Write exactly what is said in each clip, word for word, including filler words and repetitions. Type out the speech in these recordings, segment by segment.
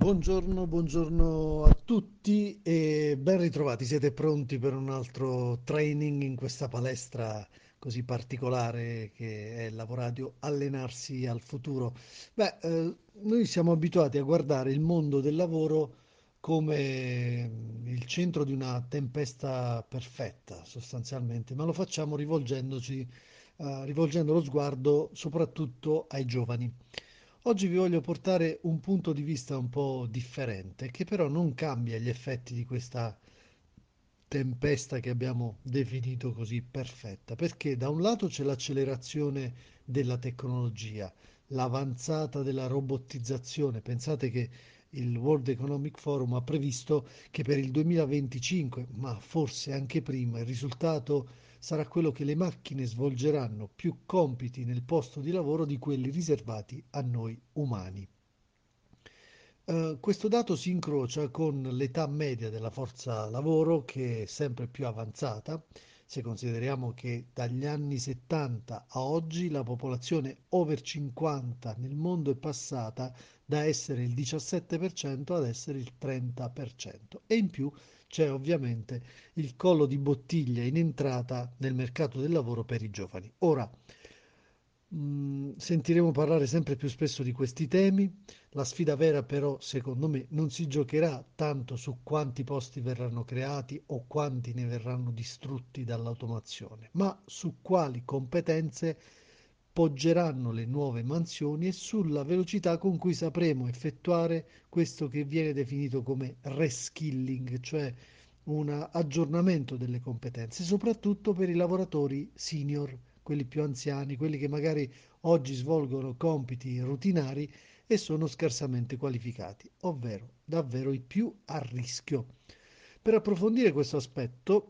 Buongiorno, buongiorno a tutti e ben ritrovati. Siete pronti per un altro training in questa palestra così particolare che è Lavoradio Allenarsi al futuro? Beh, eh, noi siamo abituati a guardare il mondo del lavoro come mm, il centro di una tempesta perfetta, sostanzialmente, ma lo facciamo rivolgendoci, eh, rivolgendo lo sguardo soprattutto ai giovani. Oggi vi voglio portare un punto di vista un po' differente, che però non cambia gli effetti di questa tempesta che abbiamo definito così perfetta, perché da un lato c'è l'accelerazione della tecnologia, l'avanzata della robotizzazione. Pensate che il World Economic Forum ha previsto che per il duemilaventicinque, ma forse anche prima, il risultato sarà quello che le macchine svolgeranno più compiti nel posto di lavoro di quelli riservati a noi umani. Eh, questo dato si incrocia con l'età media della forza lavoro che è sempre più avanzata, se consideriamo che dagli anni settanta a oggi la popolazione over cinquanta nel mondo è passata da essere il diciassette per cento ad essere il trenta per cento e in più c'è ovviamente il collo di bottiglia in entrata nel mercato del lavoro per i giovani. Ora, Mm, sentiremo parlare sempre più spesso di questi temi. La sfida vera però, secondo me, non si giocherà tanto su quanti posti verranno creati o quanti ne verranno distrutti dall'automazione, ma su quali competenze poggeranno le nuove mansioni e sulla velocità con cui sapremo effettuare questo che viene definito come reskilling, cioè un aggiornamento delle competenze, soprattutto per i lavoratori senior, quelli più anziani, quelli che magari oggi svolgono compiti rutinari e sono scarsamente qualificati, ovvero davvero i più a rischio. Per approfondire questo aspetto,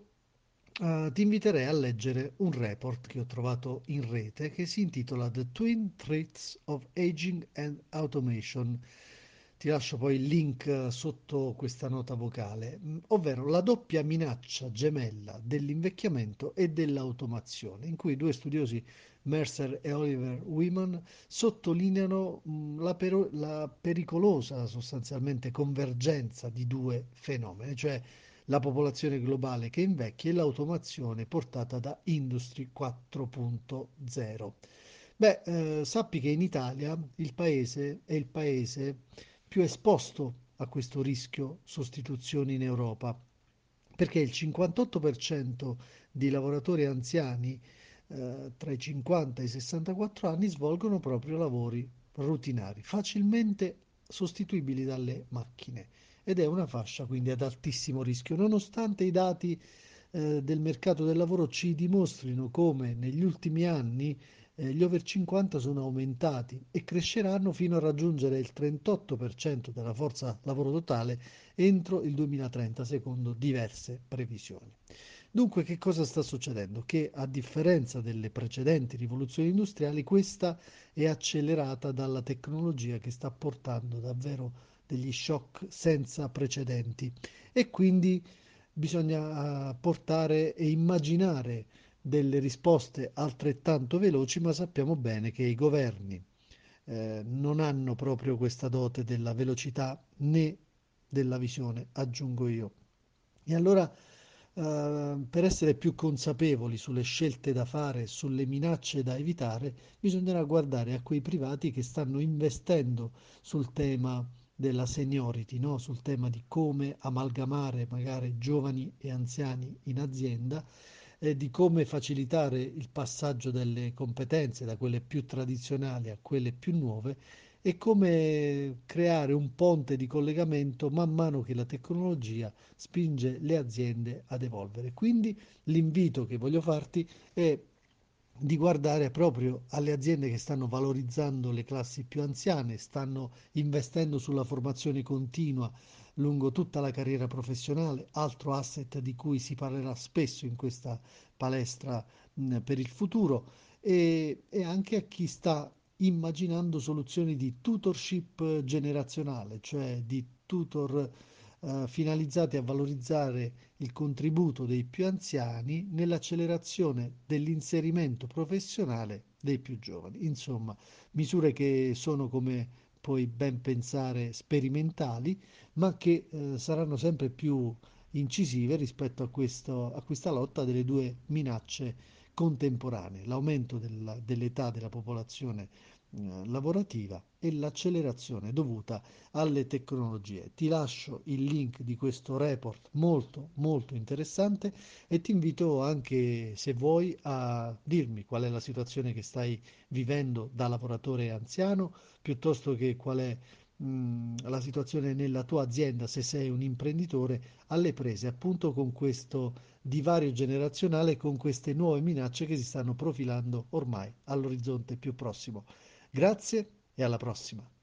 eh, ti inviterei a leggere un report che ho trovato in rete che si intitola The Twin Threats of Aging and Automation. Ti lascio poi il link eh, sotto questa nota vocale, mm, ovvero la doppia minaccia gemella dell'invecchiamento e dell'automazione, in cui due studiosi, Mercer e Oliver Wyman, sottolineano mh, la, pero- la pericolosa sostanzialmente convergenza di due fenomeni, cioè la popolazione globale che invecchia e l'automazione portata da Industry quattro punto zero. Beh, eh, sappi che in Italia il paese è il paese più esposto a questo rischio sostituzione in Europa, perché il cinquantotto per cento di lavoratori anziani eh, tra i cinquanta e i sessantaquattro anni svolgono proprio lavori rutinari, facilmente sostituibili dalle macchine ed è una fascia quindi ad altissimo rischio, nonostante i dati eh, del mercato del lavoro ci dimostrino come negli ultimi anni eh, gli over cinquanta sono aumentati e cresceranno fino a raggiungere il trentotto per cento della forza lavoro totale entro il duemilatrenta, secondo diverse previsioni. Dunque, che cosa sta succedendo? Che a differenza delle precedenti rivoluzioni industriali, questa è accelerata dalla tecnologia che sta portando davvero degli shock senza precedenti e quindi bisogna eh, portare e immaginare delle risposte altrettanto veloci, ma sappiamo bene che i governi eh, non hanno proprio questa dote della velocità né della visione, aggiungo io. E allora, eh, per essere più consapevoli sulle scelte da fare, sulle minacce da evitare, bisognerà guardare a quei privati che stanno investendo sul tema della seniority, no? Sul tema di come amalgamare magari giovani e anziani in azienda e di come facilitare il passaggio delle competenze da quelle più tradizionali a quelle più nuove e come creare un ponte di collegamento man mano che la tecnologia spinge le aziende ad evolvere. Quindi l'invito che voglio farti è di guardare proprio alle aziende che stanno valorizzando le classi più anziane, stanno investendo sulla formazione continua lungo tutta la carriera professionale, altro asset di cui si parlerà spesso in questa palestra mh, per il futuro, e, e anche a chi sta immaginando soluzioni di tutorship generazionale, cioè di tutor eh, finalizzati a valorizzare il contributo dei più anziani nell'accelerazione dell'inserimento professionale dei più giovani. Insomma, misure che sono come puoi ben pensare sperimentali, ma che eh, saranno sempre più incisive rispetto a questo- a questa lotta delle due minacce contemporanee, l'aumento della- dell'età della popolazione eh, lavorativa e l'accelerazione dovuta alle tecnologie. Ti lascio il link di questo report molto molto interessante e ti invito anche, se vuoi, a dirmi qual è la situazione che stai vivendo da lavoratore anziano, piuttosto che qual è mh, la situazione nella tua azienda se sei un imprenditore alle prese appunto con questo divario generazionale e con queste nuove minacce che si stanno profilando ormai all'orizzonte più prossimo. Grazie e alla prossima.